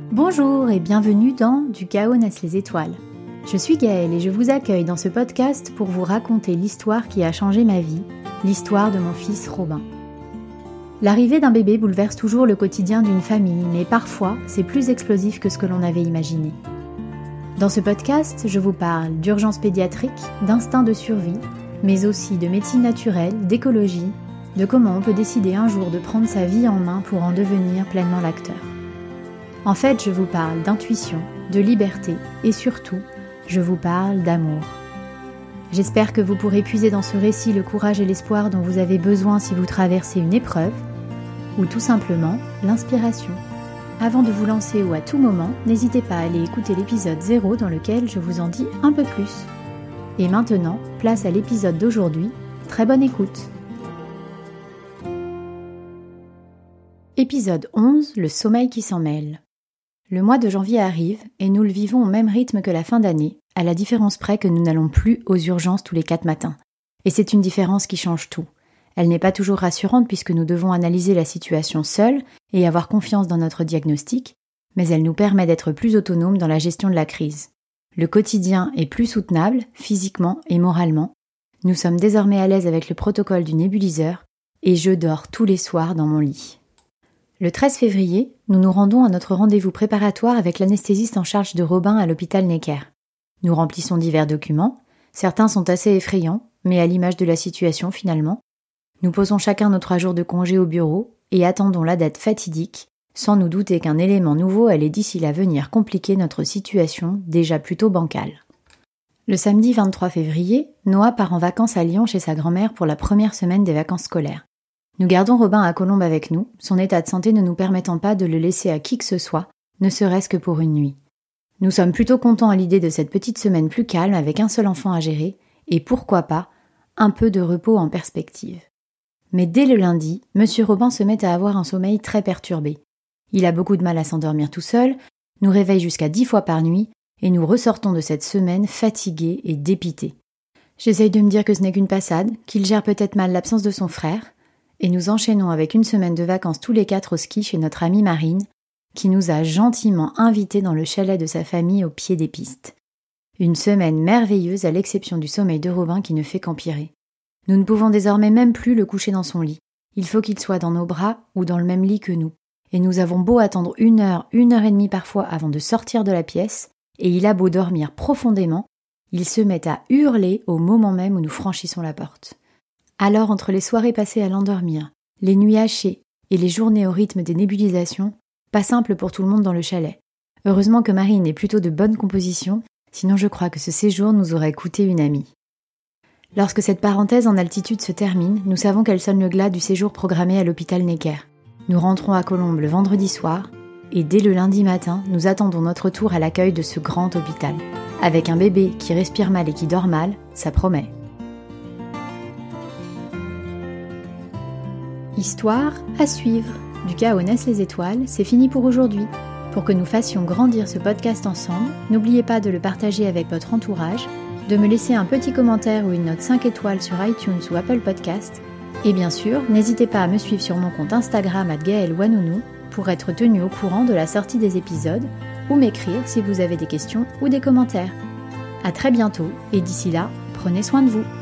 Bonjour et bienvenue dans Du chaos naissent les étoiles. Je suis Gaëlle et je vous accueille dans ce podcast pour vous raconter l'histoire qui a changé ma vie, l'histoire de mon fils Robin. L'arrivée d'un bébé bouleverse toujours le quotidien d'une famille, mais parfois c'est plus explosif que ce que l'on avait imaginé. Dans ce podcast, je vous parle d'urgence pédiatrique, d'instinct de survie, mais aussi de médecine naturelle, d'écologie, de comment on peut décider un jour de prendre sa vie en main pour en devenir pleinement l'acteur. En fait, je vous parle d'intuition, de liberté et surtout, je vous parle d'amour. J'espère que vous pourrez puiser dans ce récit le courage et l'espoir dont vous avez besoin si vous traversez une épreuve, ou tout simplement l'inspiration. Avant de vous lancer ou à tout moment, n'hésitez pas à aller écouter l'épisode 0 dans lequel je vous en dis un peu plus. Et maintenant, place à l'épisode d'aujourd'hui. Très bonne écoute. Épisode 11, le sommeil qui s'en mêle. Le mois de janvier arrive et nous le vivons au même rythme que la fin d'année, à la différence près que nous n'allons plus aux urgences tous les 4 matins. Et c'est une différence qui change tout. Elle n'est pas toujours rassurante puisque nous devons analyser la situation seuls et avoir confiance dans notre diagnostic, mais elle nous permet d'être plus autonomes dans la gestion de la crise. Le quotidien est plus soutenable, physiquement et moralement. Nous sommes désormais à l'aise avec le protocole du nébulyseur et je dors tous les soirs dans mon lit. Le 13 février, nous nous rendons à notre rendez-vous préparatoire avec l'anesthésiste en charge de Robin à l'hôpital Necker. Nous remplissons divers documents, certains sont assez effrayants, mais à l'image de la situation finalement. Nous posons chacun nos 3 jours de congé au bureau et attendons la date fatidique, sans nous douter qu'un élément nouveau allait d'ici là venir compliquer notre situation déjà plutôt bancale. Le samedi 23 février, Noah part en vacances à Lyon chez sa grand-mère pour la première semaine des vacances scolaires. Nous gardons Robin à Colombes avec nous, son état de santé ne nous permettant pas de le laisser à qui que ce soit, ne serait-ce que pour une nuit. Nous sommes plutôt contents à l'idée de cette petite semaine plus calme avec un seul enfant à gérer, et pourquoi pas, un peu de repos en perspective. Mais dès le lundi, Monsieur Robin se met à avoir un sommeil très perturbé. Il a beaucoup de mal à s'endormir tout seul, nous réveille jusqu'à 10 fois par nuit, et nous ressortons de cette semaine fatigués et dépités. J'essaye de me dire que ce n'est qu'une passade, qu'il gère peut-être mal l'absence de son frère, et nous enchaînons avec une semaine de vacances tous les 4 au ski chez notre amie Marine, qui nous a gentiment invités dans le chalet de sa famille au pied des pistes. Une semaine merveilleuse à l'exception du sommeil de Robin qui ne fait qu'empirer. Nous ne pouvons désormais même plus le coucher dans son lit. Il faut qu'il soit dans nos bras ou dans le même lit que nous. Et nous avons beau attendre 1 heure, 1 heure et demie parfois avant de sortir de la pièce, et il a beau dormir profondément, il se met à hurler au moment même où nous franchissons la porte. Alors, entre les soirées passées à l'endormir, les nuits hachées et les journées au rythme des nébulisations, pas simple pour tout le monde dans le chalet. Heureusement que Marine est plutôt de bonne composition, sinon je crois que ce séjour nous aurait coûté une amie. Lorsque cette parenthèse en altitude se termine, nous savons qu'elle sonne le glas du séjour programmé à l'hôpital Necker. Nous rentrons à Colombes le vendredi soir, et dès le lundi matin, nous attendons notre tour à l'accueil de ce grand hôpital. Avec un bébé qui respire mal et qui dort mal, ça promet. Histoire à suivre. Du chaos naissent les étoiles, c'est fini pour aujourd'hui. Pour que nous fassions grandir ce podcast ensemble, n'oubliez pas de le partager avec votre entourage, de me laisser un petit commentaire ou une note 5 étoiles sur iTunes ou Apple Podcast. Et bien sûr, n'hésitez pas à me suivre sur mon compte Instagram @gaellewanonou pour être tenu au courant de la sortie des épisodes ou m'écrire si vous avez des questions ou des commentaires. À très bientôt et d'ici là, prenez soin de vous.